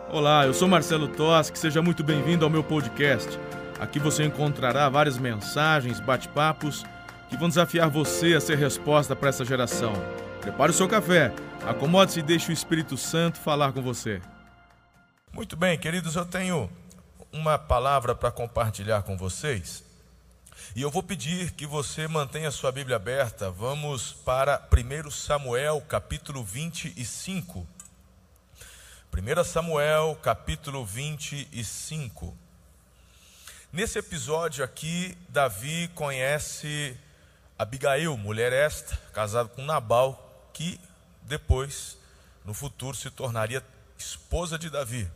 Olá, eu sou Marcelo Toschi, seja muito bem-vindo ao meu podcast. Aqui você encontrará várias mensagens, bate-papos que vão desafiar você a ser resposta para essa geração. Prepare o seu café, acomode-se e deixe o Espírito Santo falar com você. Muito bem, queridos, eu tenho uma palavra para compartilhar com vocês. E eu vou pedir que você mantenha a sua Bíblia aberta. Vamos para 1 Samuel, capítulo 25. 1 Samuel, capítulo 25. Nesse episódio aqui, Davi conhece Abigail, mulher esta, casada com Nabal, que depois, no futuro, se tornaria esposa de Davi.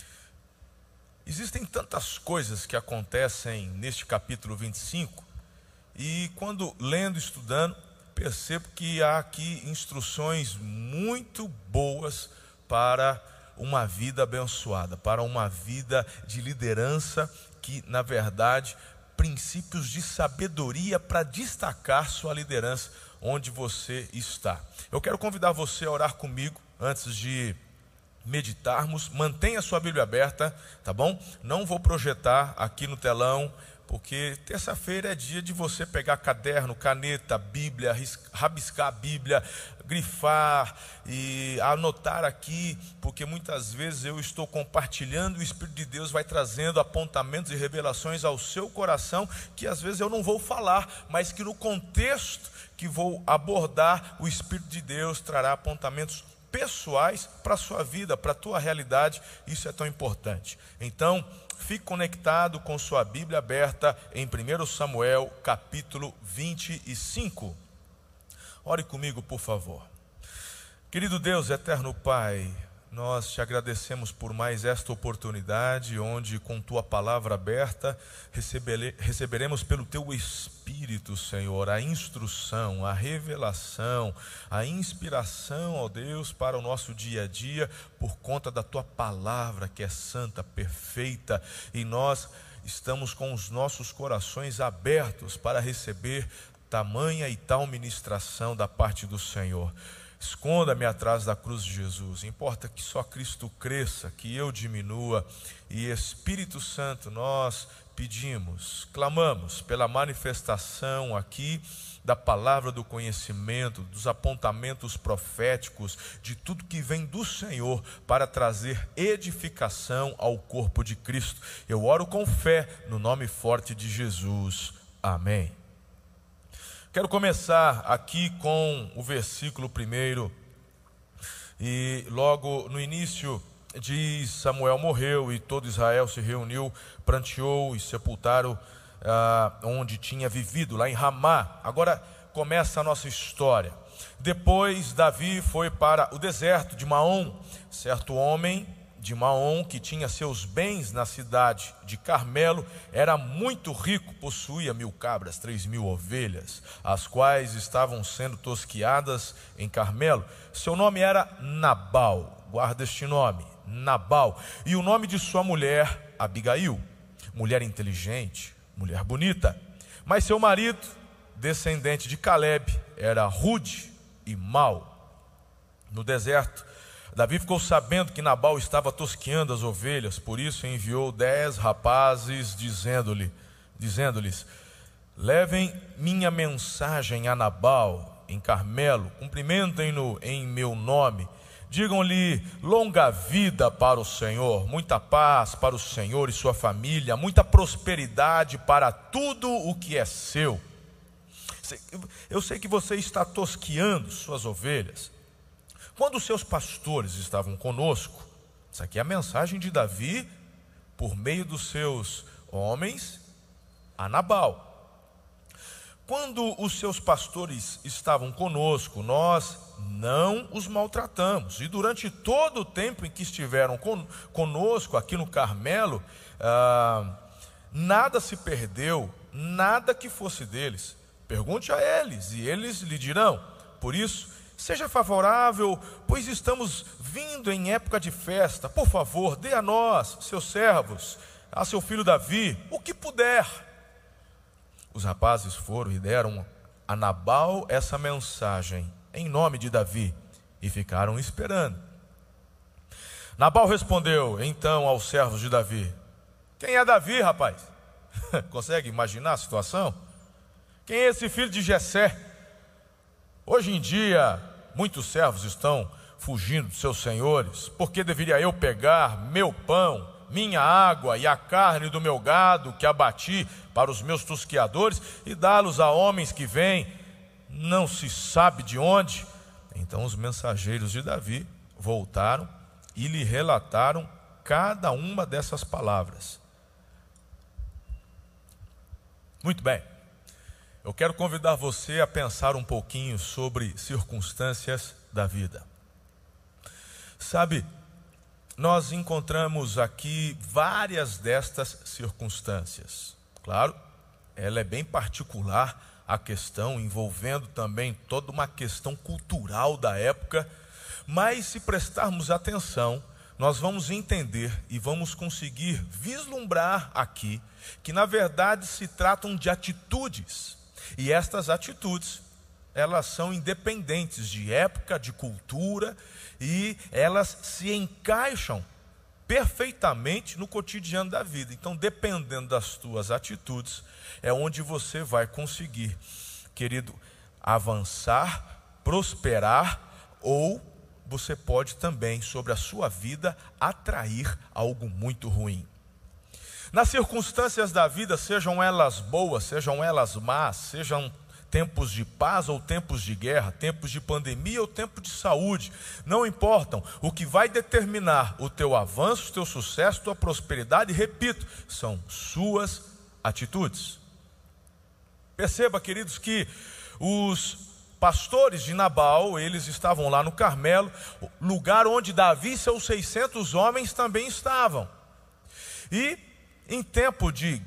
Existem tantas coisas que acontecem neste capítulo 25, e quando lendo e estudando, percebo que há aqui instruções muito boas para uma vida abençoada, para uma vida de liderança que, na verdade, princípios de sabedoria para destacar sua liderança onde você está. Eu quero convidar você a orar comigo antes de meditarmos. Mantenha a sua Bíblia aberta, tá bom? Não vou projetar aqui no telão, porque terça-feira é dia de você pegar caderno, caneta, Bíblia, rabiscar a Bíblia, grifar e anotar aqui, porque muitas vezes eu estou compartilhando e o Espírito de Deus vai trazendo apontamentos e revelações ao seu coração, que às vezes eu não vou falar, mas que no contexto que vou abordar, o Espírito de Deus trará apontamentos pessoais para a sua vida, para a tua realidade. Isso é tão importante. Então, fique conectado com sua Bíblia aberta em 1 Samuel, capítulo 25. Ore comigo, por favor. Querido Deus, eterno Pai, nós te agradecemos por mais esta oportunidade, onde com tua palavra aberta receberemos pelo teu Espírito, Senhor, a instrução, a revelação, a inspiração, ó Deus, para o nosso dia a dia, por conta da tua palavra que é santa, perfeita, e nós estamos com os nossos corações abertos para receber tamanha e tal ministração da parte do Senhor. Esconda-me atrás da cruz de Jesus. Importa que só Cristo cresça, que eu diminua. E Espírito Santo, nós pedimos, clamamos pela manifestação aqui da palavra do conhecimento, dos apontamentos proféticos, de tudo que vem do Senhor para trazer edificação ao corpo de Cristo. Eu oro com fé no nome forte de Jesus. Amém. Quero começar aqui com o versículo 1, e logo no início diz: Samuel morreu e todo Israel se reuniu, pranteou e sepultaram onde tinha vivido, lá em Ramá. Agora começa a nossa história. Depois Davi foi para o deserto de Maom. Certo homem de Maom, que tinha seus bens na cidade de Carmelo, era muito rico, possuía 1.000 cabras, 3.000 ovelhas, as quais estavam sendo tosquiadas em Carmelo. Seu nome era Nabal, guarda este nome, Nabal, e o nome de sua mulher, Abigail, mulher inteligente, mulher bonita. Mas seu marido, descendente de Caleb, era rude e mau. No deserto, Davi ficou sabendo que Nabal estava tosquiando as ovelhas, por isso enviou 10 rapazes, dizendo-lhes: levem minha mensagem a Nabal em Carmelo, cumprimentem-no em meu nome, digam-lhe longa vida para o Senhor, muita paz para o Senhor e sua família, muita prosperidade para tudo o que é seu. Eu sei que você está tosquiando suas ovelhas. Quando os seus pastores estavam conosco, isso aqui é a mensagem de Davi por meio dos seus homens a Nabal. Quando os seus pastores estavam conosco, nós não os maltratamos. E durante todo o tempo em que estiveram conosco aqui no Carmelo, nada se perdeu, nada que fosse deles. Pergunte a eles e eles lhe dirão. Por isso, seja favorável, pois estamos vindo em época de festa. Por favor, dê a nós, seus servos, a seu filho Davi, o que puder. Os rapazes foram e deram a Nabal essa mensagem em nome de Davi e ficaram esperando. Nabal respondeu então aos servos de Davi: quem é Davi, rapaz? Consegue imaginar a situação? Quem é esse filho de Jessé? Hoje em dia, muitos servos estão fugindo dos seus senhores. Por que deveria eu pegar meu pão, minha água e a carne do meu gado que abati para os meus tosqueadores e dá-los a homens que vêm, não se sabe de onde? Então os mensageiros de Davi voltaram e lhe relataram cada uma dessas palavras. Muito bem, eu quero convidar você a pensar um pouquinho sobre circunstâncias da vida. Sabe, nós encontramos aqui várias destas circunstâncias. Claro, ela é bem particular, a questão envolvendo também toda uma questão cultural da época, mas se prestarmos atenção, nós vamos entender e vamos conseguir vislumbrar aqui que na verdade se tratam de atitudes, e estas atitudes, elas são independentes de época, de cultura, e elas se encaixam perfeitamente no cotidiano da vida. Então, dependendo das tuas atitudes, é onde você vai conseguir, querido, avançar, prosperar, ou você pode também, sobre a sua vida, atrair algo muito ruim. Nas circunstâncias da vida, sejam elas boas, sejam elas más, sejam tempos de paz ou tempos de guerra, tempos de pandemia ou tempos de saúde, não importam. O que vai determinar o teu avanço, o teu sucesso, a tua prosperidade, repito, são suas atitudes. Perceba, queridos, que os pastores de Nabal, eles estavam lá no Carmelo, lugar onde Davi e seus 600 homens também estavam. E em tempo de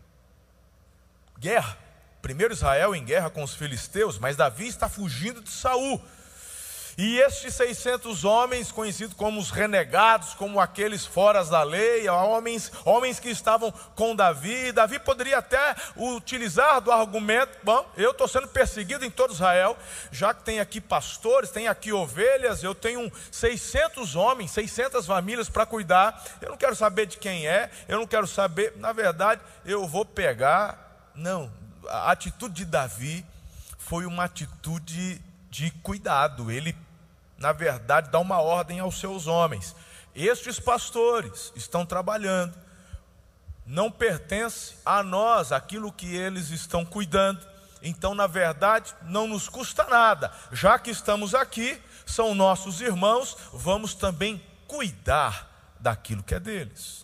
guerra, primeiro Israel em guerra com os filisteus, mas Davi está fugindo de Saul. E estes 600 homens, conhecidos como os renegados, como aqueles foras da lei, homens que estavam com Davi. Davi poderia até utilizar do argumento: bom, eu estou sendo perseguido em todo Israel, já que tem aqui pastores, tem aqui ovelhas, eu tenho 600 homens, 600 famílias para cuidar, eu não quero saber de quem é, eu não quero saber, na verdade, eu vou pegar. Não, a atitude de Davi foi uma atitude de cuidado. Ele, na verdade, dá uma ordem aos seus homens: estes pastores estão trabalhando, não pertence a nós aquilo que eles estão cuidando, então na verdade não nos custa nada, já que estamos aqui, são nossos irmãos, vamos também cuidar daquilo que é deles.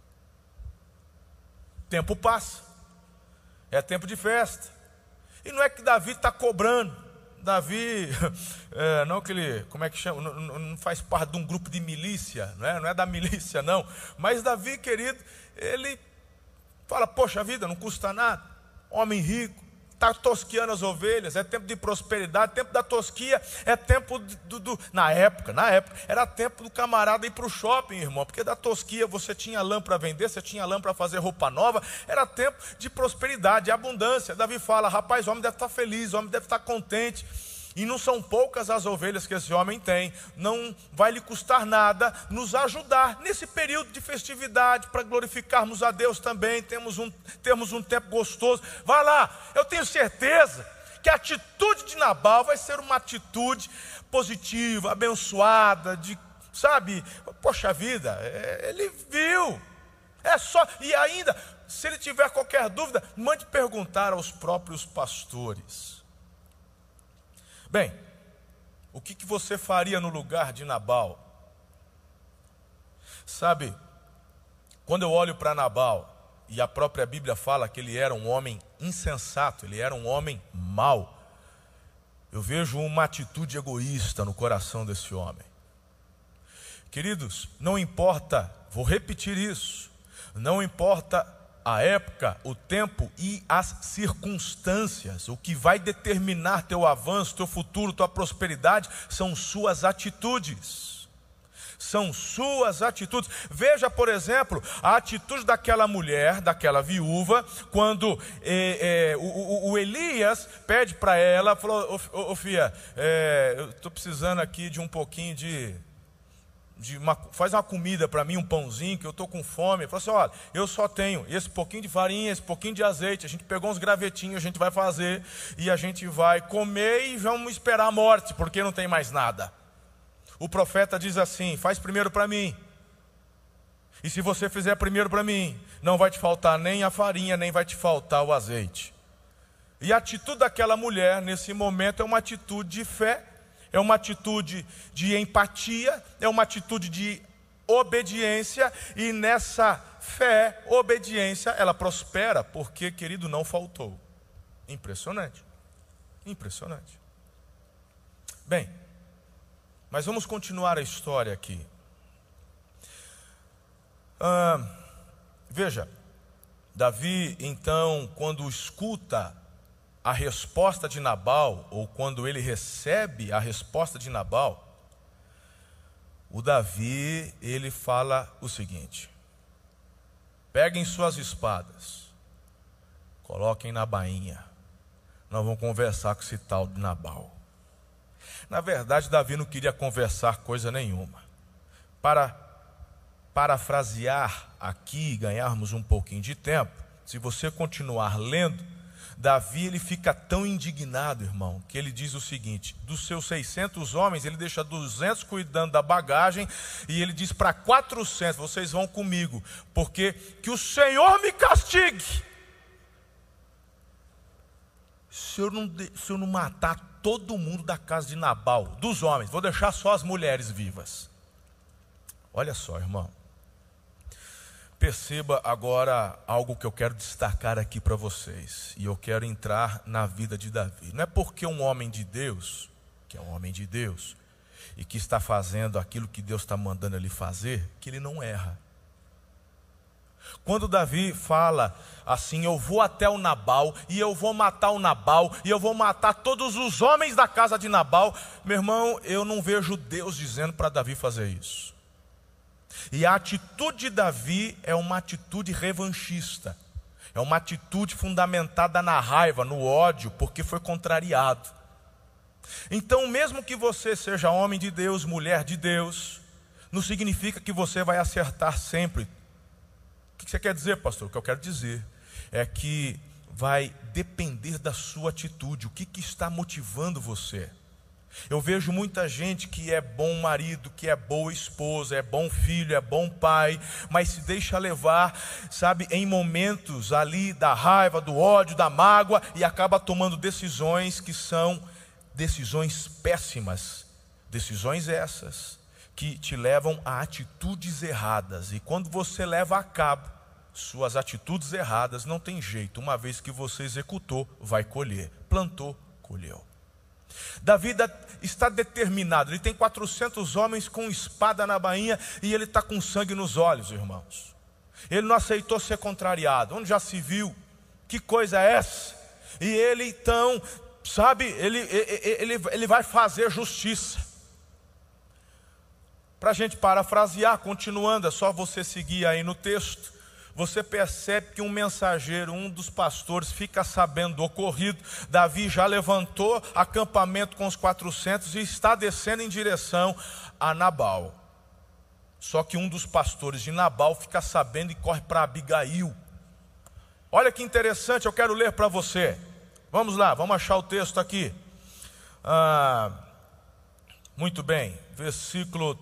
Tempo passa, é tempo de festa, e não é que Davi está cobrando. Davi, não que ele, como é que chama, não faz parte de um grupo de milícia, não é da milícia não, mas Davi, querido, ele fala: poxa vida, não custa nada, homem rico, está tosquiando as ovelhas, é tempo de prosperidade, tempo da tosquia, é tempo na época, era tempo do camarada ir para o shopping, irmão, porque da tosquia você tinha lã para vender, você tinha lã para fazer roupa nova, era tempo de prosperidade, de abundância. Davi fala: rapaz, o homem deve estar feliz, o homem deve estar contente, e não são poucas as ovelhas que esse homem tem, não vai lhe custar nada nos ajudar nesse período de festividade, para glorificarmos a Deus também, termos um tempo gostoso. Vai lá, eu tenho certeza que a atitude de Nabal vai ser uma atitude positiva, abençoada, sabe, poxa vida, ele viu, e ainda, se ele tiver qualquer dúvida, mande perguntar aos próprios pastores. Bem, o que você faria no lugar de Nabal? Sabe, quando eu olho para Nabal, e a própria Bíblia fala que ele era um homem insensato, ele era um homem mau, eu vejo uma atitude egoísta no coração desse homem. Queridos, não importa, vou repetir isso, não importa a época, o tempo e as circunstâncias, o que vai determinar teu avanço, teu futuro, tua prosperidade, são suas atitudes. São suas atitudes. Veja, por exemplo, a atitude daquela mulher, daquela viúva, quando o Elias pede para ela, falou: ô filha, eu estou precisando aqui de um pouquinho de faz uma comida para mim, um pãozinho, que eu estou com fome. Ele falou assim, olha, eu só tenho esse pouquinho de farinha, esse pouquinho de azeite. A gente pegou uns gravetinhos, a gente vai fazer e a gente vai comer e vamos esperar a morte, porque não tem mais nada. O profeta diz assim, faz primeiro para mim. E se você fizer primeiro para mim, não vai te faltar nem a farinha, nem vai te faltar o azeite. E a atitude daquela mulher, nesse momento, é uma atitude de fé, é uma atitude de empatia, é uma atitude de obediência. E nessa fé, obediência, ela prospera, porque, querido, não faltou. Impressionante. Impressionante. Bem, mas vamos continuar a história aqui. Veja, Davi, então, quando escuta a resposta de Nabal, ou quando ele recebe a resposta de Nabal, o Davi, ele fala o seguinte: peguem suas espadas, coloquem na bainha, nós vamos conversar com esse tal de Nabal. Na verdade, Davi não queria conversar coisa nenhuma. Para parafrasear aqui e ganharmos um pouquinho de tempo, se você continuar lendo, Davi, ele fica tão indignado, irmão, que ele diz o seguinte: dos seus 600 homens, ele deixa 200 cuidando da bagagem, e ele diz para 400, vocês vão comigo, porque que o Senhor me castigue, se eu não matar todo mundo da casa de Nabal, dos homens, vou deixar só as mulheres vivas. Olha só, irmão. Perceba agora algo que eu quero destacar aqui para vocês. E eu quero entrar na vida de Davi. Não é porque um homem de Deus, que é um homem de Deus, e que está fazendo aquilo que Deus está mandando ele fazer, que ele não erra. Quando Davi fala assim, eu vou até o Nabal, e eu vou matar o Nabal, e eu vou matar todos os homens da casa de Nabal, meu irmão, eu não vejo Deus dizendo para Davi fazer isso. E a atitude de Davi é uma atitude revanchista, é uma atitude fundamentada na raiva, no ódio, porque foi contrariado. Então, mesmo que você seja homem de Deus, mulher de Deus, não significa que você vai acertar sempre. O que você quer dizer, pastor? O que eu quero dizer é que vai depender da sua atitude, o que está motivando você. Eu vejo muita gente que é bom marido, que é boa esposa, é bom filho, é bom pai, mas se deixa levar, sabe, em momentos ali da raiva, do ódio, da mágoa, e acaba tomando decisões que são decisões péssimas, decisões essas que te levam a atitudes erradas. E quando você leva a cabo suas atitudes erradas, não tem jeito, uma vez que você executou, vai colher, plantou, colheu. Davi está determinado, ele tem 400 homens com espada na bainha e ele está com sangue nos olhos, irmãos. Ele não aceitou ser contrariado. Onde já se viu? Que coisa é essa? E ele então, sabe, ele vai fazer justiça. Para a gente parafrasear, continuando, é só você seguir aí no texto. Você percebe que um mensageiro, um dos pastores, fica sabendo do ocorrido. Davi já levantou acampamento com os 400 e está descendo em direção a Nabal. Só que um dos pastores de Nabal fica sabendo e corre para Abigail. Olha que interessante, eu quero ler para você. Vamos lá, vamos achar o texto aqui. Muito bem, versículo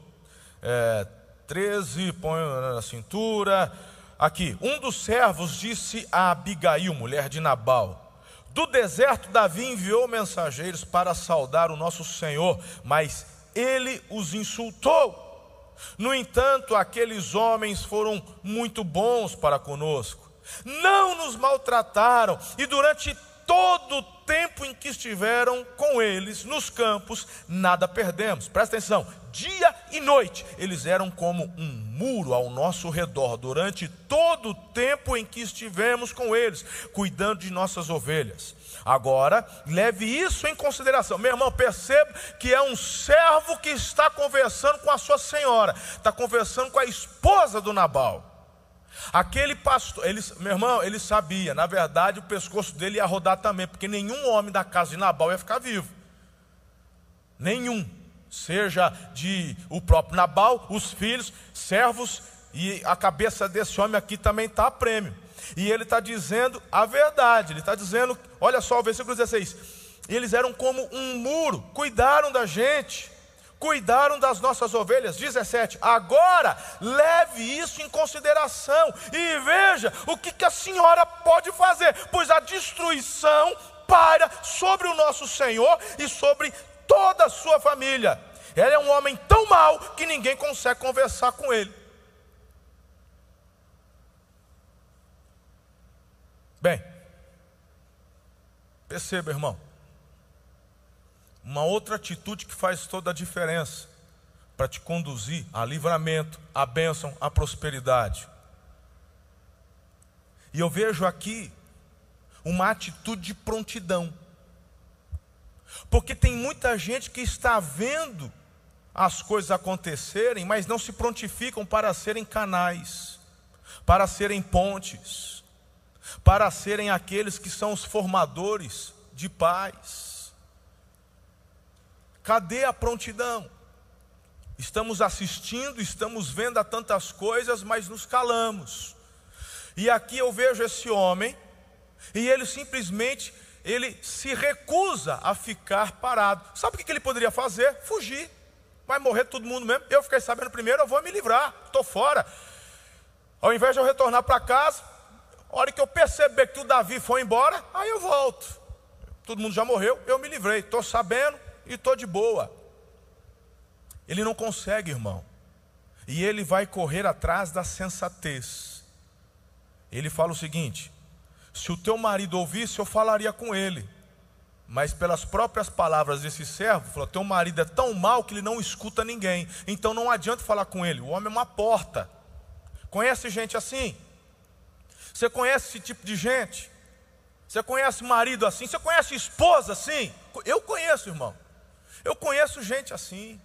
13, põe na cintura. Aqui, um dos servos disse a Abigail, mulher de Nabal: do deserto Davi enviou mensageiros para saudar o nosso Senhor, mas ele os insultou. No entanto, aqueles homens foram muito bons para conosco, não nos maltrataram, e durante todo o tempo em que estiveram com eles nos campos, nada perdemos. Presta atenção, dia e noite eles eram como um muro ao nosso redor, durante todo o tempo em que estivemos com eles, cuidando de nossas ovelhas. Agora, leve isso em consideração. Meu irmão, perceba que é um servo que está conversando com a sua senhora, está conversando com a esposa do Nabal. Aquele pastor, meu irmão, ele sabia, na verdade o pescoço dele ia rodar também, porque nenhum homem da casa de Nabal ia ficar vivo. Nenhum. seja de o próprio Nabal, os filhos, servos, e a cabeça desse homem aqui também está a prêmio. E ele está dizendo a verdade, ele está dizendo, olha só o versículo 16, eles eram como um muro, cuidaram da gente, cuidaram das nossas ovelhas. 17, agora leve isso em consideração e veja o que a senhora pode fazer, pois a destruição paira sobre o nosso Senhor e sobre toda a sua família. Ele é um homem tão mau que ninguém consegue conversar com ele. Bem, perceba, irmão, uma outra atitude que faz toda a diferença para te conduzir a livramento, a bênção, a prosperidade. E eu vejo aqui uma atitude de prontidão, porque tem muita gente que está vendo as coisas acontecerem, mas não se prontificam para serem canais, para serem pontes, para serem aqueles que são os formadores de paz. Cadê a prontidão? Estamos assistindo, estamos vendo a tantas coisas, mas nos calamos. E aqui eu vejo esse homem, e ele simplesmente, ele se recusa a ficar parado. Sabe o que ele poderia fazer? Fugir. Vai morrer todo mundo mesmo. Eu fiquei sabendo primeiro, eu vou me livrar, estou fora. Ao invés de eu retornar para casa, a hora que eu perceber que o Davi foi embora, aí eu volto. Todo mundo já morreu, eu me livrei, estou sabendo e estou de boa. Ele não consegue, irmão. E ele vai correr atrás da sensatez. Ele fala o seguinte: se o teu marido ouvisse, eu falaria com ele. Mas pelas próprias palavras desse servo, falou: teu marido é tão mau que ele não escuta ninguém. Então não adianta falar com ele. O homem é uma porta. Conhece gente assim? Você conhece esse tipo de gente? Você conhece marido assim? Você conhece esposa assim? Eu conheço, irmão. Eu conheço gente assim.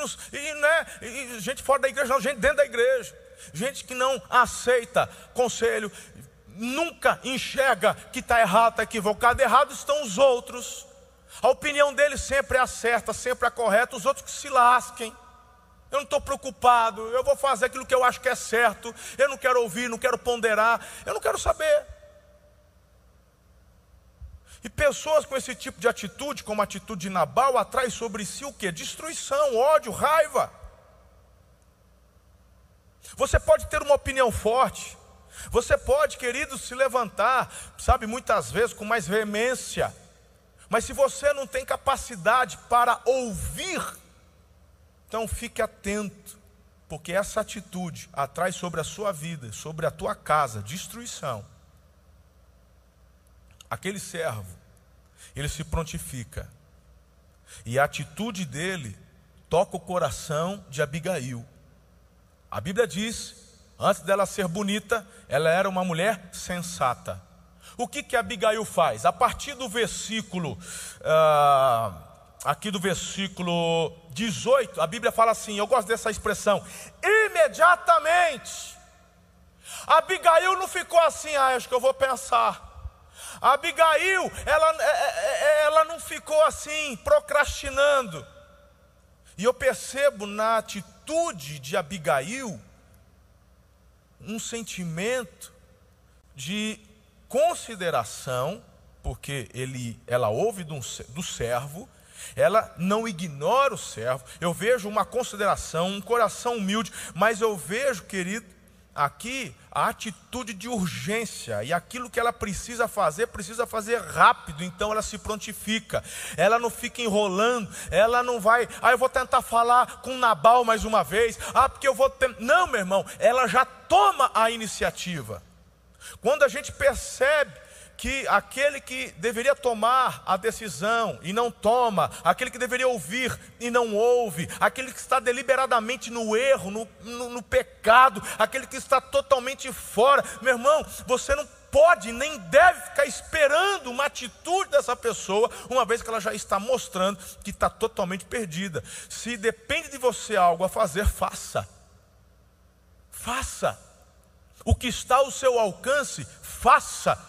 E gente fora da igreja, não, gente dentro da igreja. Gente que não aceita conselho, nunca enxerga que está errado, está equivocado. Errados estão os outros. A opinião deles sempre é a certa, sempre é a correta. Os outros que se lasquem. Eu não estou preocupado, eu vou fazer aquilo que eu acho que é certo. Eu não quero ouvir, não quero ponderar, eu não quero saber. E pessoas com esse tipo de atitude, como a atitude de Nabal, atrai sobre si o quê? Destruição, ódio, raiva. Você pode ter uma opinião forte, você pode, querido, se levantar, sabe, muitas vezes com mais veemência, mas se você não tem capacidade para ouvir, então fique atento, porque essa atitude atrai sobre a sua vida, sobre a tua casa, destruição. Aquele servo, ele se prontifica, e a atitude dele toca o coração de Abigail. A Bíblia diz, antes dela ser bonita, ela era uma mulher sensata. O que Abigail faz? A partir do versículo aqui do versículo 18, a Bíblia fala assim, eu gosto dessa expressão, imediatamente. Abigail não ficou assim, acho que eu vou pensar. Abigail, ela não ficou assim, procrastinando. E eu percebo na atitude de Abigail um sentimento de consideração, porque ela ouve do servo, ela não ignora o servo. Eu vejo uma consideração, um coração humilde, mas eu vejo, querido, aqui a atitude de urgência, e aquilo que ela precisa fazer rápido. Então ela se prontifica, ela não fica enrolando, ela não vai, eu vou tentar falar com Nabal mais uma vez, porque eu vou não, meu irmão, ela já toma a iniciativa. Quando a gente percebe que aquele que deveria tomar a decisão e não toma, aquele que deveria ouvir e não ouve, aquele que está deliberadamente no erro, no pecado, aquele que está totalmente fora, meu irmão, você não pode nem deve ficar esperando uma atitude dessa pessoa, uma vez que ela já está mostrando que está totalmente perdida. Se depende de você algo a fazer, faça. O que está ao seu alcance, faça.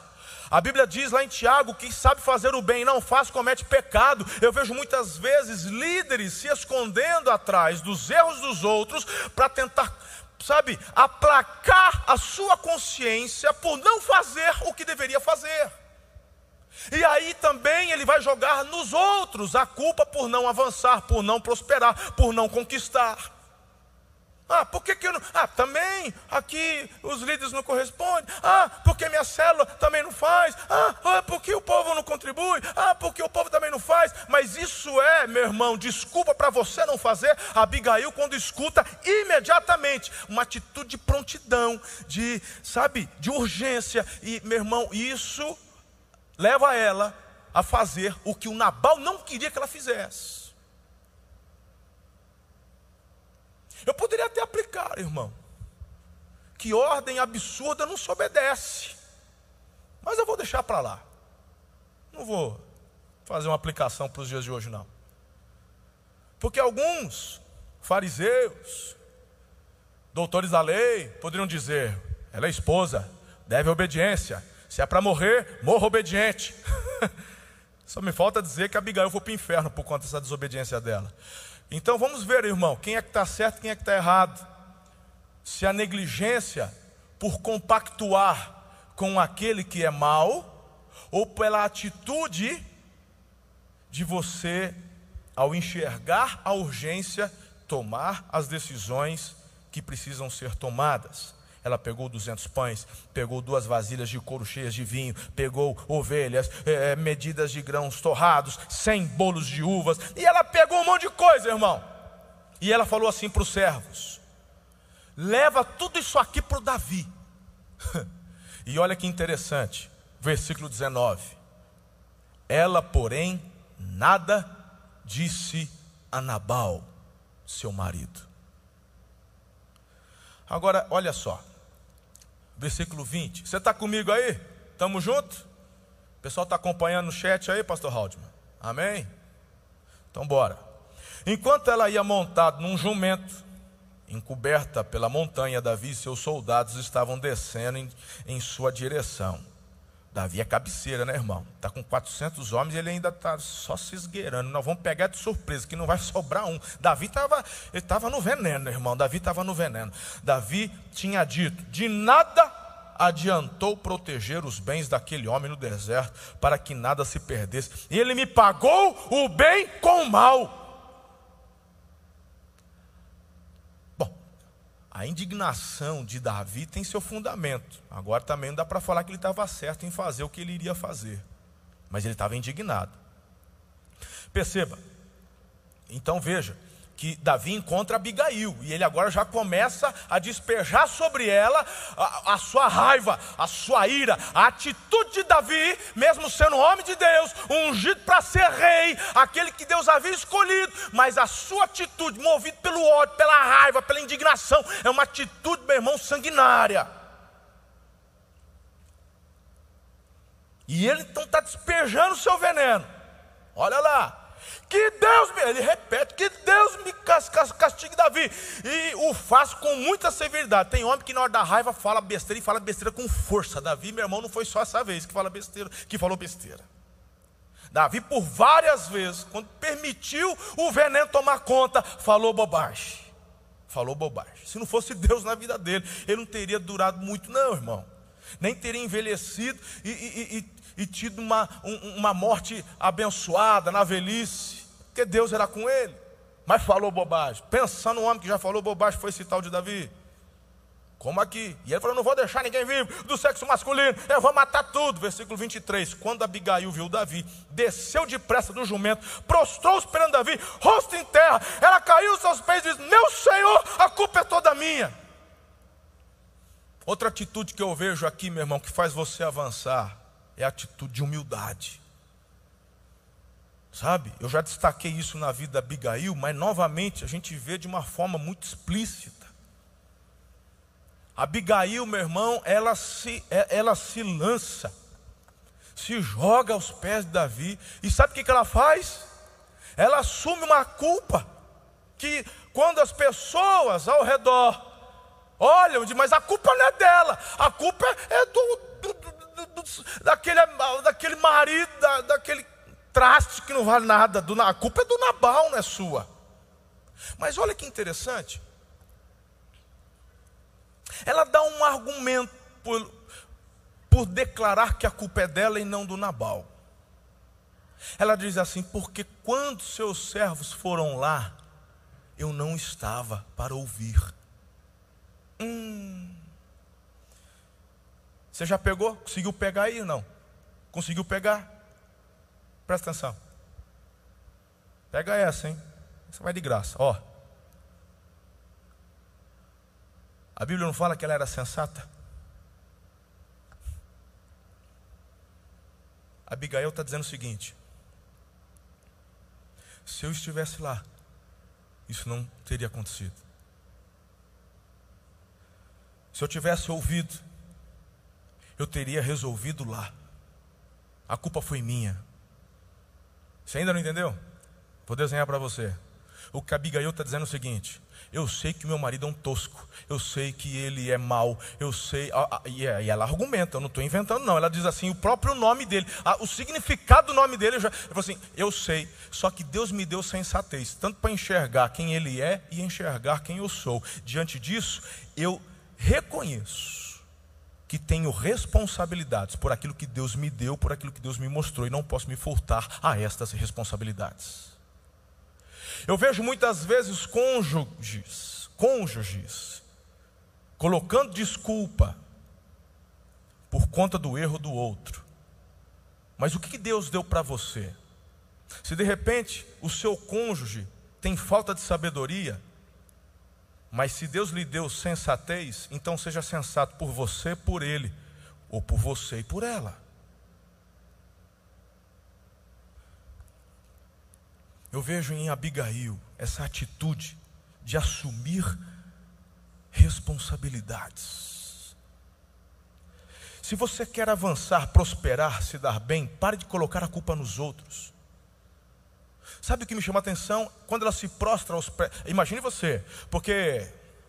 A Bíblia diz lá em Tiago que sabe fazer o bem e não faz, comete pecado. Eu vejo muitas vezes líderes se escondendo atrás dos erros dos outros para tentar, aplacar a sua consciência por não fazer o que deveria fazer. E aí também ele vai jogar nos outros a culpa por não avançar, por não prosperar, por não conquistar. Por que eu não? Também aqui os líderes não correspondem. Porque minha célula também não faz. Porque o povo não contribui. Porque o povo também não faz. Mas isso é, meu irmão, desculpa para você não fazer. Abigail, quando escuta, imediatamente uma atitude de prontidão, de urgência. E, meu irmão, isso leva ela a fazer o que o Nabal não queria que ela fizesse. Eu poderia até aplicar, irmão, que ordem absurda não se obedece, mas eu vou deixar para lá. Não vou fazer uma aplicação para os dias de hoje, não. Porque alguns fariseus, doutores da lei, poderiam dizer: ela é esposa, deve obediência. Se é para morrer, morra obediente. Só me falta dizer que Abigail foi para o inferno por conta dessa desobediência dela. Então vamos ver, irmão, quem é que está certo e quem é que está errado. Se a negligência por compactuar com aquele que é mau, ou pela atitude de você, ao enxergar a urgência, tomar as decisões que precisam ser tomadas. Ela pegou 200 pães, pegou 2 vasilhas de couro cheias de vinho, pegou ovelhas, medidas de grãos torrados, 100 bolos de uvas, e ela pegou um monte de coisa, irmão. E ela falou assim para os servos: leva tudo isso aqui para o Davi. E olha que interessante, versículo 19. Ela, porém, nada disse a Nabal, seu marido. Agora, olha só, versículo 20. Você está comigo aí? Estamos juntos? O pessoal está acompanhando no chat aí, pastor Haldeman? Amém? Então bora. Enquanto ela ia montada num jumento, encoberta pela montanha, Davi e seus soldados estavam descendo em sua direção. Davi é cabeceira, né, irmão? Está com 400 homens e ele ainda está só se esgueirando. Nós vamos pegar de surpresa, que não vai sobrar um. Davi estava no veneno, irmão. Davi estava no veneno. Davi tinha dito: de nada adiantou proteger os bens daquele homem no deserto, para que nada se perdesse. E ele me pagou o bem com o mal. A indignação de Davi tem seu fundamento. Agora também não dá para falar que ele estava certo em fazer o que ele iria fazer. Mas ele estava indignado. Perceba. Então veja que Davi encontra Abigail. E ele agora já começa a despejar sobre ela a sua raiva, a sua ira. A atitude de Davi, mesmo sendo homem de Deus, ungido para ser rei, aquele que Deus havia escolhido. Mas a sua atitude, movida pelo ódio, pela raiva, pela indignação, é uma atitude, meu irmão, sanguinária. E ele então está despejando o seu veneno. Olha lá. Que Deus ele repete, que Deus me castigue Davi. E o faz com muita severidade. Tem homem que na hora da raiva fala besteira e fala besteira com força. Davi, meu irmão, não foi só essa vez que falou besteira. Davi, por várias vezes, quando permitiu o veneno tomar conta, falou bobagem. Falou bobagem. Se não fosse Deus na vida dele, ele não teria durado muito, não, irmão. Nem teria envelhecido e tido uma morte abençoada na velhice, porque Deus era com ele. Mas falou bobagem. Pensa no homem que já falou bobagem, foi esse tal de Davi. Como aqui. E ele falou: não vou deixar ninguém vivo do sexo masculino, eu vou matar tudo. Versículo 23. Quando Abigail viu Davi, desceu depressa do jumento, prostrou-se perante Davi, rosto em terra. Ela caiu aos seus pés e disse: meu Senhor, a culpa é toda minha. Outra atitude que eu vejo aqui, meu irmão, que faz você avançar, é a atitude de humildade. Sabe, eu já destaquei isso na vida da Abigail, mas novamente a gente vê de uma forma muito explícita. Abigail, meu irmão, ela se lança, se joga aos pés de Davi. E sabe o que ela faz? Ela assume uma culpa, que quando as pessoas ao redor olham, mas a culpa não é dela, a culpa é do daquele marido, daquele traste que não vale nada. A culpa é do Nabal, não é sua. Mas olha que interessante. Ela dá um argumento por declarar que a culpa é dela e não do Nabal. Ela diz assim: porque quando seus servos foram lá, eu não estava para ouvir. Você já pegou? Conseguiu pegar aí ou não? Conseguiu pegar? Presta atenção. Pega essa, hein? Você vai de graça, ó. A Bíblia não fala que ela era sensata? Abigail está dizendo o seguinte: se eu estivesse lá, isso não teria acontecido. Se eu tivesse ouvido, eu teria resolvido lá. A culpa foi minha. Você ainda não entendeu? Vou desenhar para você. O que a Abigail está dizendo é o seguinte: eu sei que meu marido é um tosco, eu sei que ele é mau, eu sei. E ela argumenta, eu não estou inventando não. Ela diz assim, o próprio nome dele, o significado do nome dele. Ela falou assim: eu sei, só que Deus me deu sensatez, tanto para enxergar quem ele é e enxergar quem eu sou. Diante disso, eu reconheço que tenho responsabilidades por aquilo que Deus me deu, por aquilo que Deus me mostrou, e não posso me furtar a estas responsabilidades. Eu vejo muitas vezes cônjuges colocando desculpa por conta do erro do outro. Mas o que Deus deu para você? Se de repente o seu cônjuge tem falta de sabedoria, mas se Deus lhe deu sensatez, então seja sensato por você, por ele, ou por você e por ela. Eu vejo em Abigail essa atitude de assumir responsabilidades. Se você quer avançar, prosperar, se dar bem, pare de colocar a culpa nos outros. Sabe o que me chama a atenção? Quando ela se prostra aos pés. Imagine você, porque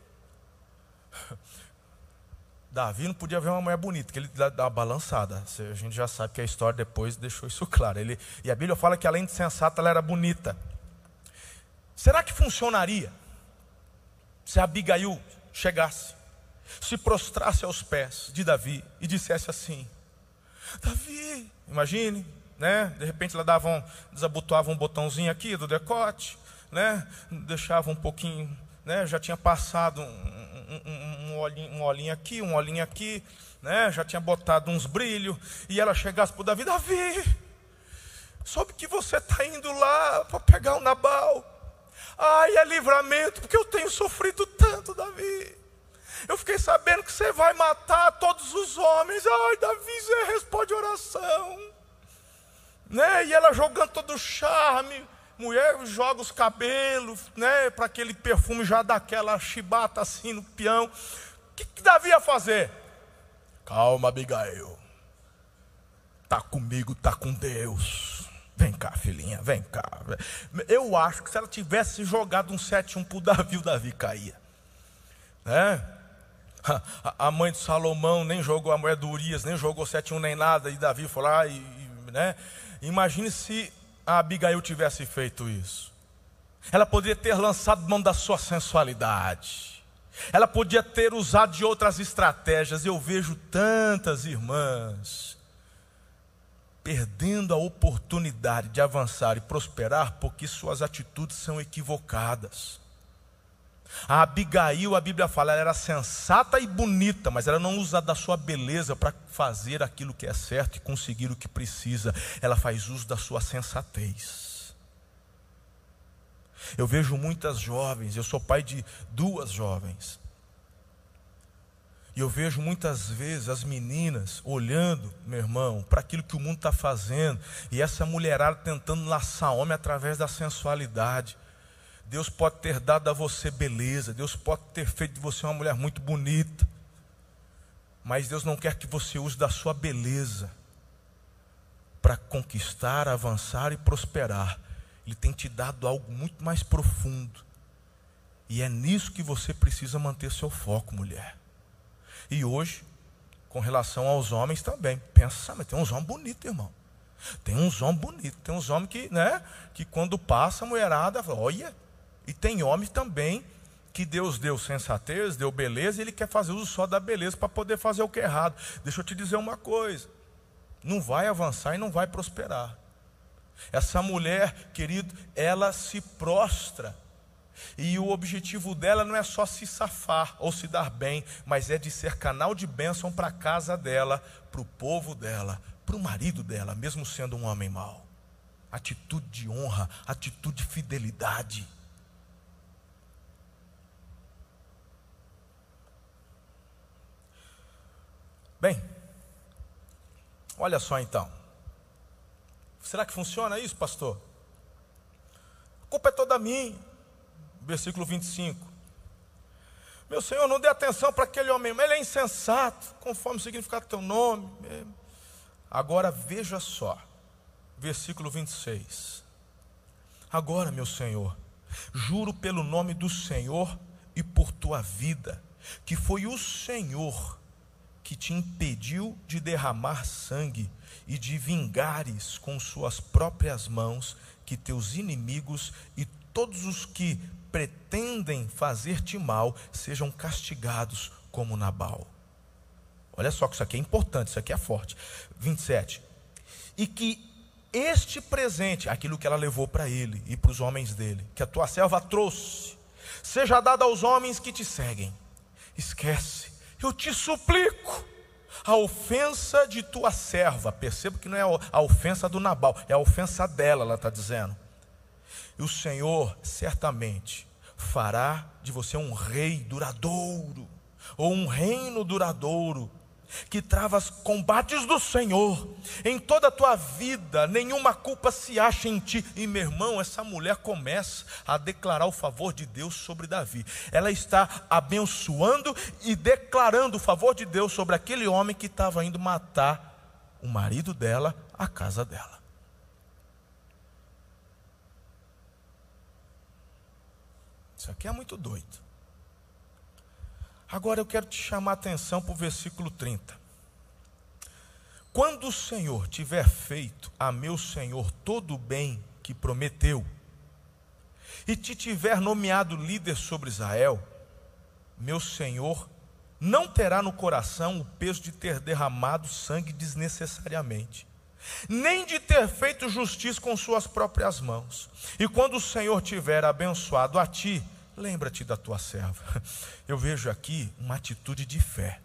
Davi não podia ver uma mulher bonita, que ele dá uma balançada. A gente já sabe que a história depois deixou isso claro. E a Bíblia fala que além de sensata, ela era bonita. Será que funcionaria se a Abigail chegasse, se prostrasse aos pés de Davi e dissesse assim: Davi, imagine, né? De repente ela desabotoava um botãozinho aqui do decote, né? Deixava um pouquinho, né? Já tinha passado um olhinho aqui, né? Já tinha botado uns brilhos, e ela chegasse para o Davi: Davi, soube que você está indo lá para pegar o Nabal. Ai, é livramento, porque eu tenho sofrido tanto, Davi. Eu fiquei sabendo que você vai matar todos os homens. Ai, Davi, você responde oração, né? E ela jogando todo o charme. Mulher joga os cabelos, né? Para aquele perfume já daquela chibata assim no peão. O que Davi ia fazer? Calma, Abigail. Tá comigo, tá com Deus. Vem cá, filhinha, vem cá. Eu acho que se ela tivesse jogado um 7-1 para o Davi caía, né? A mãe de Salomão nem jogou, a mulher do Urias nem jogou 7-1 nem nada, e Davi foi lá, né? Imagine se a Abigail tivesse feito isso. Ela poderia ter lançado mão da sua sensualidade, ela podia ter usado de outras estratégias. Eu vejo tantas irmãs perdendo a oportunidade de avançar e prosperar porque suas atitudes são equivocadas. A Abigail, a Bíblia fala, ela era sensata e bonita, mas ela não usa da sua beleza para fazer aquilo que é certo e conseguir o que precisa. Ela faz uso da sua sensatez. Eu vejo muitas jovens, eu sou pai de 2 jovens, e eu vejo muitas vezes as meninas olhando, meu irmão, para aquilo que o mundo está fazendo, e essa mulherada tentando laçar homem através da sensualidade. Deus pode ter dado a você beleza, Deus pode ter feito de você uma mulher muito bonita, mas Deus não quer que você use da sua beleza para conquistar, avançar e prosperar. Ele tem te dado algo muito mais profundo, e é nisso que você precisa manter seu foco, mulher. E hoje com relação aos homens também. Pensa, mas tem uns homens bonitos, irmão. Tem uns homens bonitos, tem uns homens que, que quando passa a mulherada, olha. E tem homens também que Deus deu sensatez, deu beleza, e Ele quer fazer uso só da beleza para poder fazer o que é errado. Deixa eu te dizer uma coisa, não vai avançar e não vai prosperar. Essa mulher, querido, ela se prostra, e o objetivo dela não é só se safar ou se dar bem, mas é de ser canal de bênção para a casa dela, para o povo dela, para o marido dela, mesmo sendo um homem mau. Atitude de honra, atitude de fidelidade. Bem, olha só então. Será que funciona isso, pastor? A culpa é toda minha. Versículo 25. Meu Senhor, não dê atenção para aquele homem, mas ele é insensato, conforme o significado do teu nome. Agora veja só, versículo 26. Agora, meu Senhor, juro pelo nome do Senhor e por tua vida, que foi o Senhor que te impediu de derramar sangue e de vingares com suas próprias mãos, que teus inimigos e todos os que pretendem fazer-te mal sejam castigados como Nabal. Olha só que isso aqui é importante, isso aqui é forte. 27. E que este presente, aquilo que ela levou para ele e para os homens dele, que a tua serva trouxe, seja dado aos homens que te seguem. Esquece, eu te suplico, a ofensa de tua serva. Perceba que não é a ofensa do Nabal, é a ofensa dela, ela está dizendo. E o Senhor certamente fará de você um rei duradouro, ou um reino duradouro, que trava os combates do Senhor. Em toda a tua vida, nenhuma culpa se acha em ti. E meu irmão, essa mulher começa a declarar o favor de Deus sobre Davi. Ela está abençoando e declarando o favor de Deus sobre aquele homem que estava indo matar o marido dela, a casa dela. Isso aqui é muito doido. Agora eu quero te chamar a atenção para o versículo 30. Quando o Senhor tiver feito a meu Senhor todo o bem que prometeu, e te tiver nomeado líder sobre Israel, meu Senhor não terá no coração o peso de ter derramado sangue desnecessariamente, nem de ter feito justiça com suas próprias mãos. E quando o Senhor tiver abençoado a ti, lembra-te da tua serva. Eu vejo aqui uma atitude de fé.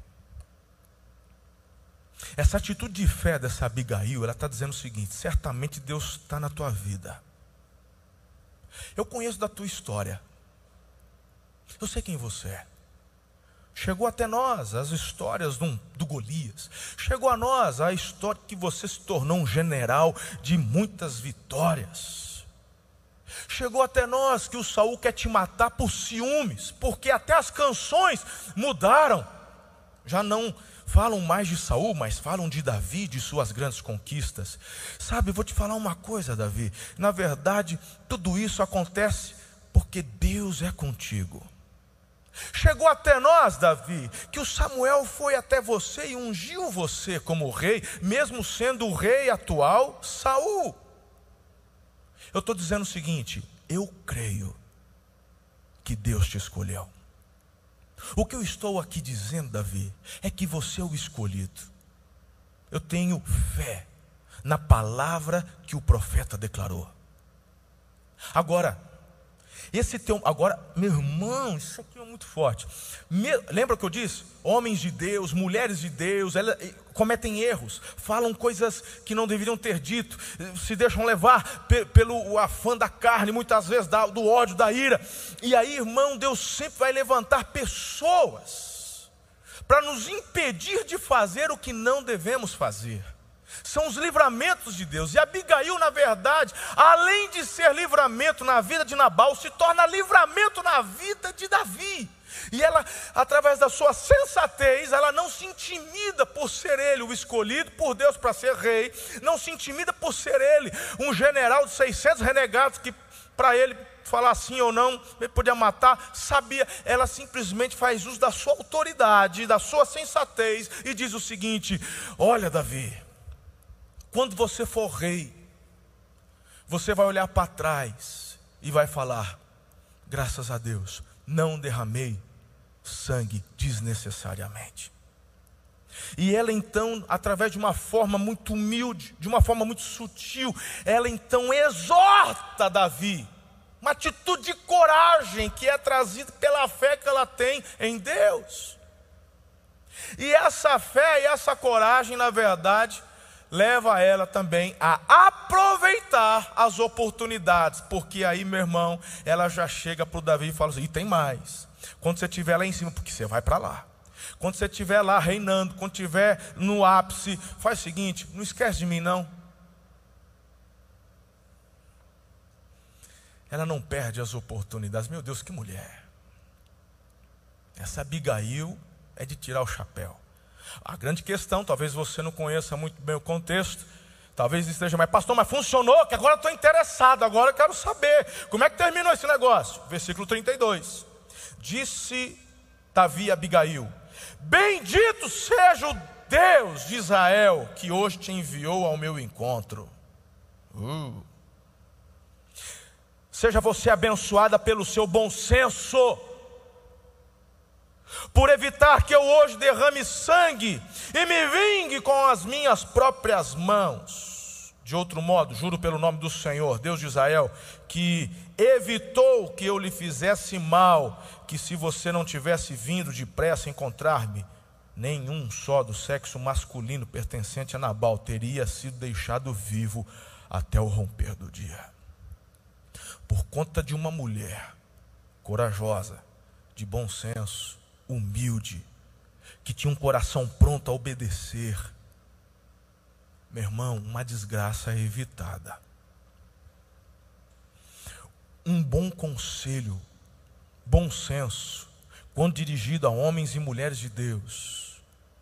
Essa atitude de fé dessa Abigail, ela está dizendo o seguinte: certamente Deus está na tua vida. Eu conheço da tua história. Eu sei quem você é. Chegou até nós as histórias do Golias. Chegou a nós a história que você se tornou um general de muitas vitórias. Chegou até nós que o Saul quer te matar por ciúmes, porque até as canções mudaram. Já não falam mais de Saul, mas falam de Davi, de suas grandes conquistas. Sabe, eu vou te falar uma coisa, Davi. Na verdade, tudo isso acontece porque Deus é contigo. Chegou até nós, Davi, que o Samuel foi até você e ungiu você como rei, mesmo sendo o rei atual, Saul. Eu estou dizendo o seguinte: eu creio que Deus te escolheu. O que eu estou aqui dizendo, Davi, é que você é o escolhido. Eu tenho fé na palavra que o profeta declarou. Agora, meu irmão, isso aqui é muito forte. Lembra o que eu disse? Homens de Deus, mulheres de Deus, elas cometem erros, falam coisas que não deveriam ter dito, se deixam levar pelo afã da carne, muitas vezes do ódio, da ira. E aí, irmão, Deus sempre vai levantar pessoas para nos impedir de fazer o que não devemos fazer. São os livramentos de Deus. E Abigail, na verdade, além de ser livramento na vida de Nabal, se torna livramento na vida de Davi. E ela, através da sua sensatez, ela não se intimida por ser ele o escolhido por Deus para ser rei. Não se intimida por ser ele um general de 600 renegados que para ele falar sim ou não, ele podia matar, sabia. Ela simplesmente faz uso da sua autoridade, da sua sensatez, e diz o seguinte: olha, Davi, quando você for rei, você vai olhar para trás e vai falar: graças a Deus, não derramei sangue desnecessariamente. E ela então, através de uma forma muito humilde, de uma forma muito sutil, ela então exorta Davi, uma atitude de coragem que é trazida pela fé que ela tem em Deus. E essa fé e essa coragem, na verdade, leva ela também a aproveitar as oportunidades, porque aí, meu irmão, ela já chega para o Davi e fala assim: e tem mais, quando você estiver lá em cima, porque você vai para lá, quando você estiver lá reinando, quando estiver no ápice, faz o seguinte, não esquece de mim não. Ela não perde as oportunidades. Meu Deus, que mulher! Essa Abigail é de tirar o chapéu. A grande questão, talvez você não conheça muito bem o contexto, talvez esteja, mas pastor, mas funcionou, que agora eu estou interessado, agora eu quero saber, como é que terminou esse negócio? Versículo 32, disse Davi a Abigail: bendito seja o Deus de Israel, que hoje te enviou ao meu encontro. Seja você abençoada pelo seu bom senso, por evitar que eu hoje derrame sangue e me vingue com as minhas próprias mãos. De outro modo, juro pelo nome do Senhor, Deus de Israel, que evitou que eu lhe fizesse mal, que se você não tivesse vindo depressa encontrar-me, nenhum só do sexo masculino pertencente a Nabal teria sido deixado vivo até o romper do dia. Por conta de uma mulher corajosa, de bom senso, humilde, que tinha um coração pronto a obedecer, meu irmão, uma desgraça é evitada. Um bom conselho, bom senso, quando dirigido a homens e mulheres de Deus,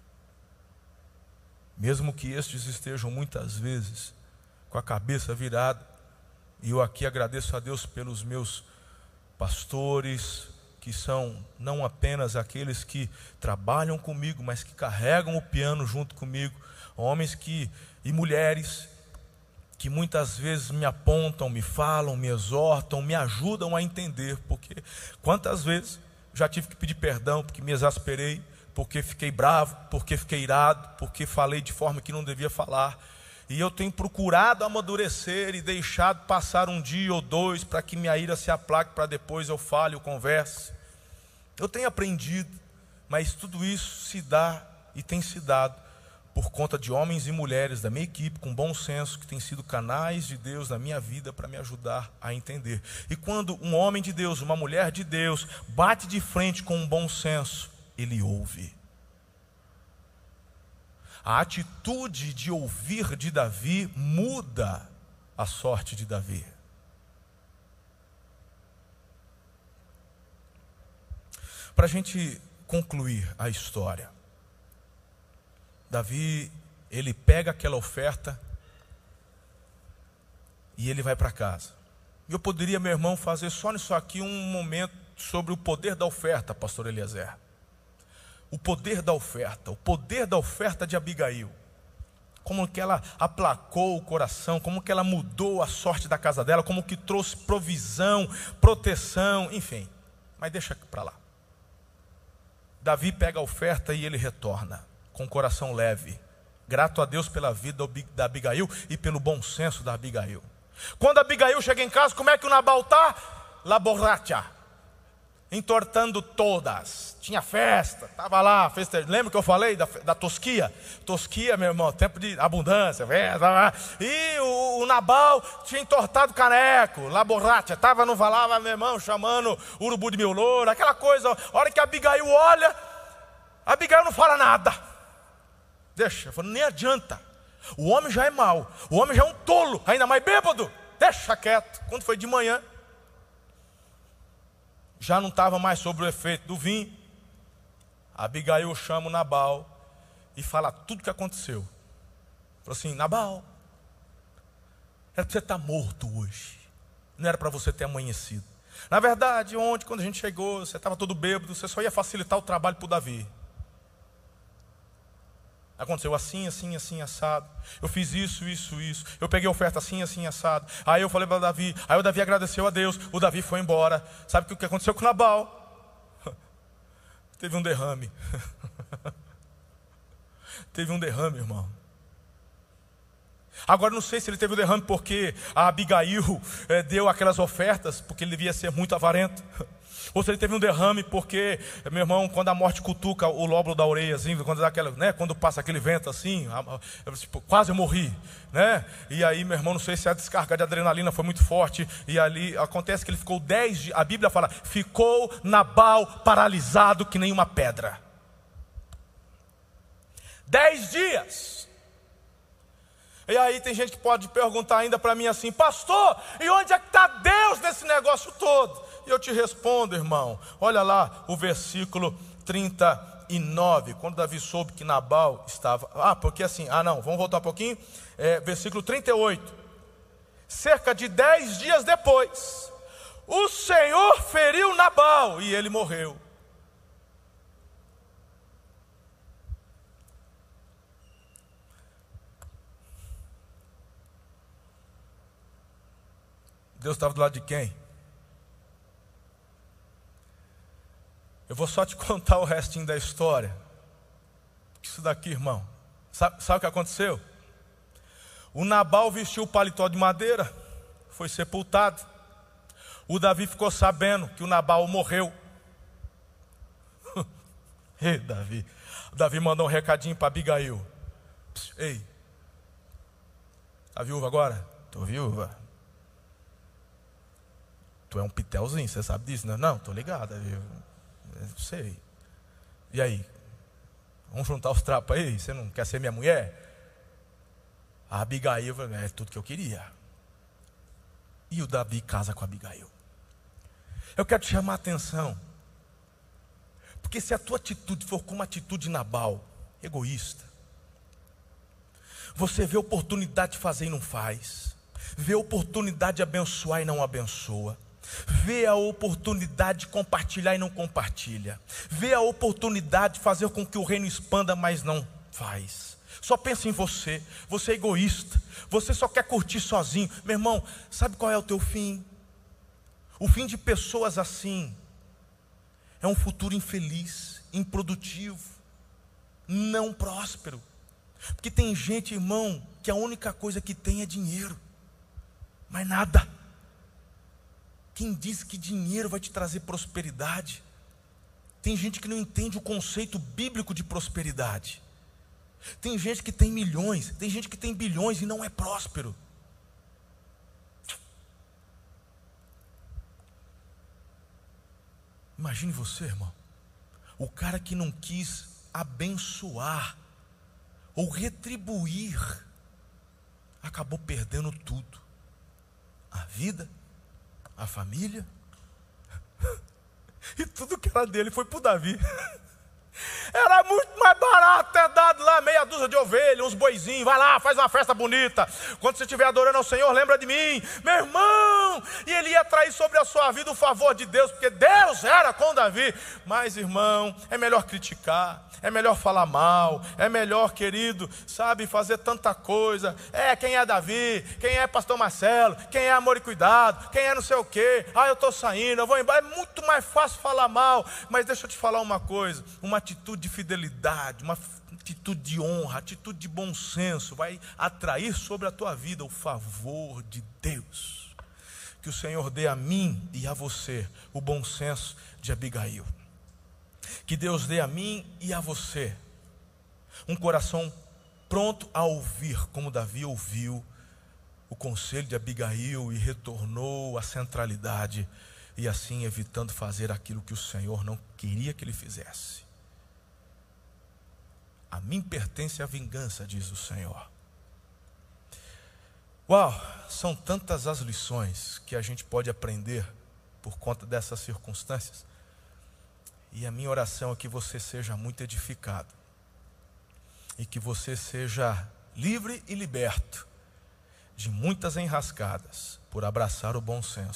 mesmo que estes estejam muitas vezes com a cabeça virada, e eu aqui agradeço a Deus pelos meus pastores, que são não apenas aqueles que trabalham comigo, mas que carregam o piano junto comigo, homens e mulheres que muitas vezes me apontam, me falam, me exortam, me ajudam a entender, porque quantas vezes já tive que pedir perdão porque me exasperei, porque fiquei bravo, porque fiquei irado, porque falei de forma que não devia falar. E eu tenho procurado amadurecer e deixado passar um dia ou dois para que minha ira se aplaque, para depois eu fale, eu converse. Eu tenho aprendido, mas tudo isso se dá e tem se dado por conta de homens e mulheres da minha equipe com bom senso, que têm sido canais de Deus na minha vida para me ajudar a entender. E quando um homem de Deus, uma mulher de Deus, bate de frente com um bom senso, ele ouve. A atitude de ouvir de Davi muda a sorte de Davi. Para a gente concluir a história, Davi, ele pega aquela oferta e ele vai para casa. E eu poderia, meu irmão, fazer só nisso aqui um momento sobre o poder da oferta, pastor Eliezer. O poder da oferta de Abigail. Como que ela aplacou o coração, como que ela mudou a sorte da casa dela, como que trouxe provisão, proteção, enfim. Mas deixa para lá. Davi pega a oferta e ele retorna, com o coração leve, grato a Deus pela vida da Abigail e pelo bom senso da Abigail. Quando a Abigail chega em casa, como é que o Nabal está? La borracha, entortando todas. Tinha festa, estava lá, festa. Lembra que eu falei da tosquia? Tosquia, meu irmão, tempo de abundância, festa. E o Nabal tinha entortado caneco, la borracha, estava no valava, meu irmão, chamando urubu de meu louro, aquela coisa. A hora que a Abigail olha, a Abigail não fala nada. Deixa, eu falo, nem adianta. O homem já é mau, o homem já é um tolo, ainda mais bêbado. Deixa quieto. Quando foi de manhã, já não estava mais sob o efeito do vinho. Abigail chama o Nabal e fala tudo o que aconteceu. Falou assim: Nabal, era para você estar morto hoje, não era para você ter amanhecido. Na verdade, ontem, quando a gente chegou, você estava todo bêbado, você só ia facilitar o trabalho para o Davi. Aconteceu assim, assim, assim, assado. Eu fiz isso. Eu peguei a oferta assim, assim, assado. Aí eu falei para o Davi. Aí o Davi agradeceu a Deus. O Davi foi embora. Sabe o que aconteceu com Nabal? Teve um derrame. Teve um derrame, irmão. Agora não sei se ele teve o derrame porque a Abigail deu aquelas ofertas, porque ele devia ser muito avarento. Ou se ele teve um derrame porque, meu irmão, quando a morte cutuca o lóbulo da orelha, assim, quando dá aquela, né, quando passa aquele vento assim, tipo, quase eu morri, né? E aí, meu irmão, não sei se a descarga de adrenalina foi muito forte. E ali acontece que ele ficou 10 dias. A Bíblia fala, ficou Nabal paralisado que nem uma pedra. 10 dias. E aí tem gente que pode perguntar ainda para mim assim, pastor, e onde é que está Deus nesse negócio todo? E eu te respondo, irmão, olha lá o versículo 39, quando Davi soube que Nabal estava, porque assim, não, vamos voltar um pouquinho, versículo 38, cerca de 10 dias depois, o Senhor feriu Nabal e ele morreu. Deus estava do lado de quem? Eu vou só te contar o restinho da história. Isso daqui, irmão. Sabe o que aconteceu? O Nabal vestiu o paletó de madeira, foi sepultado. O Davi ficou sabendo que o Nabal morreu. Ei, Davi. O Davi mandou um recadinho para Abigail. Ei, tá viúva agora? Tô viúva. Tu é um pitelzinho, você sabe disso, né? Não, tô ligado, eu sei. E aí? Vamos juntar os trapos aí? Você não quer ser minha mulher? A Abigail, é tudo que eu queria. E o Davi casa com a Abigail. Eu quero te chamar a atenção. Porque se a tua atitude for como a atitude de Nabal, egoísta, você vê oportunidade de fazer e não faz, vê oportunidade de abençoar e não abençoa, vê a oportunidade de compartilhar e não compartilha, vê a oportunidade de fazer com que o reino expanda, mas não faz. Só pensa em você, você é egoísta, você só quer curtir sozinho. Meu irmão, sabe qual é o teu fim? O fim de pessoas assim é um futuro infeliz, improdutivo, não próspero. Porque tem gente, irmão, que a única coisa que tem é dinheiro, mais nada. Quem diz que dinheiro vai te trazer prosperidade? Tem gente que não entende o conceito bíblico de prosperidade. Tem gente que tem milhões, tem gente que tem bilhões e não é próspero. Imagine você, irmão, o cara que não quis abençoar ou retribuir, acabou perdendo tudo. A vida, a família, e tudo que era dele foi para o Davi. Era muito mais barato ter dado lá meia dúzia de ovelhas, uns boizinhos. Vai lá, faz uma festa bonita. Quando você estiver adorando ao Senhor, lembra de mim, meu irmão. E ele ia trair sobre a sua vida o favor de Deus, porque Deus era com Davi. Mas, irmão, é melhor criticar, é melhor falar mal, é melhor, querido, sabe, fazer tanta coisa. Quem é Davi, quem é pastor Marcelo, quem é amor e cuidado, quem é não sei o quê. Eu estou saindo, eu vou embora. É muito mais fácil falar mal. Mas deixa eu te falar uma coisa, uma atitude de fidelidade, uma atitude de honra, atitude de bom senso, vai atrair sobre a tua vida o favor de Deus. Que o Senhor dê a mim e a você o bom senso de Abigail. Que Deus dê a mim e a você um coração pronto a ouvir, como Davi ouviu o conselho de Abigail e retornou à centralidade, e assim evitando fazer aquilo que o Senhor não queria que ele fizesse. A mim pertence a vingança, diz o Senhor. Uau, são tantas as lições que a gente pode aprender por conta dessas circunstâncias. E a minha oração é que você seja muito edificado. E que você seja livre e liberto de muitas enrascadas por abraçar o bom senso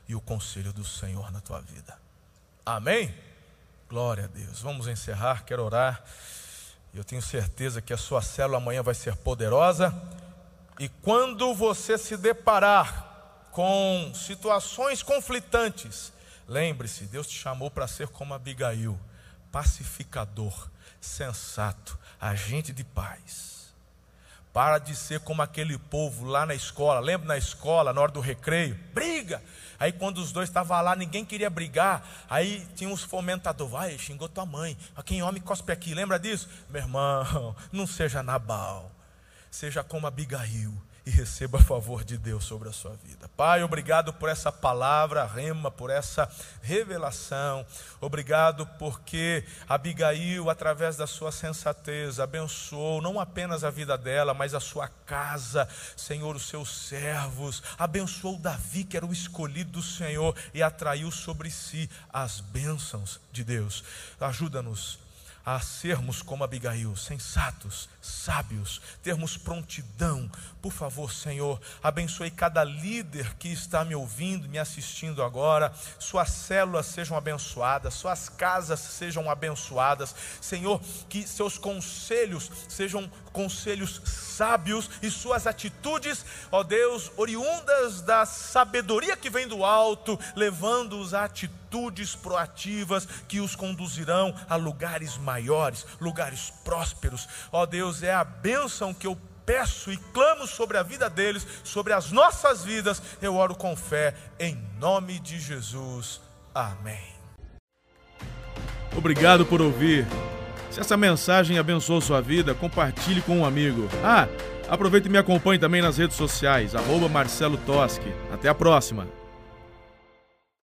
e o conselho do Senhor na tua vida. Amém? Glória a Deus. Vamos encerrar, quero orar. Eu tenho certeza que a sua célula amanhã vai ser poderosa. E quando você se deparar com situações conflitantes, lembre-se, Deus te chamou para ser como Abigail, pacificador, sensato, agente de paz. Para de ser como aquele povo lá na escola. Lembra na escola, na hora do recreio? Briga! Aí quando os dois estavam lá, ninguém queria brigar. Aí tinha uns fomentadores. Vai, xingou tua mãe. Quem homem cospe aqui, lembra disso? Meu irmão, não seja Nabal. Seja como Abigail e receba favor de Deus sobre a sua vida. Pai, obrigado por essa palavra, rema, por essa revelação. Obrigado porque Abigail, através da sua sensatez, abençoou não apenas a vida dela, mas a sua casa, Senhor, os seus servos. Abençoou Davi, que era o escolhido do Senhor, e atraiu sobre si as bênçãos de Deus. Ajuda-nos a sermos como Abigail, sensatos, sábios, termos prontidão. Por favor, Senhor, abençoe cada líder que está me ouvindo, me assistindo agora. Suas células sejam abençoadas, suas casas sejam abençoadas. Senhor, que seus conselhos sejam conselhos sábios e suas atitudes, ó Deus, oriundas da sabedoria que vem do alto, levando-os a atitudes proativas que os conduzirão a lugares maiores, lugares prósperos. Ó Deus, é a bênção que eu peço e clamo sobre a vida deles, sobre as nossas vidas. Eu oro com fé, em nome de Jesus. Amém. Obrigado por ouvir. Se essa mensagem abençoou sua vida, compartilhe com um amigo. Aproveite e me acompanhe também nas redes sociais, @Marcelo Toschi. Até a próxima.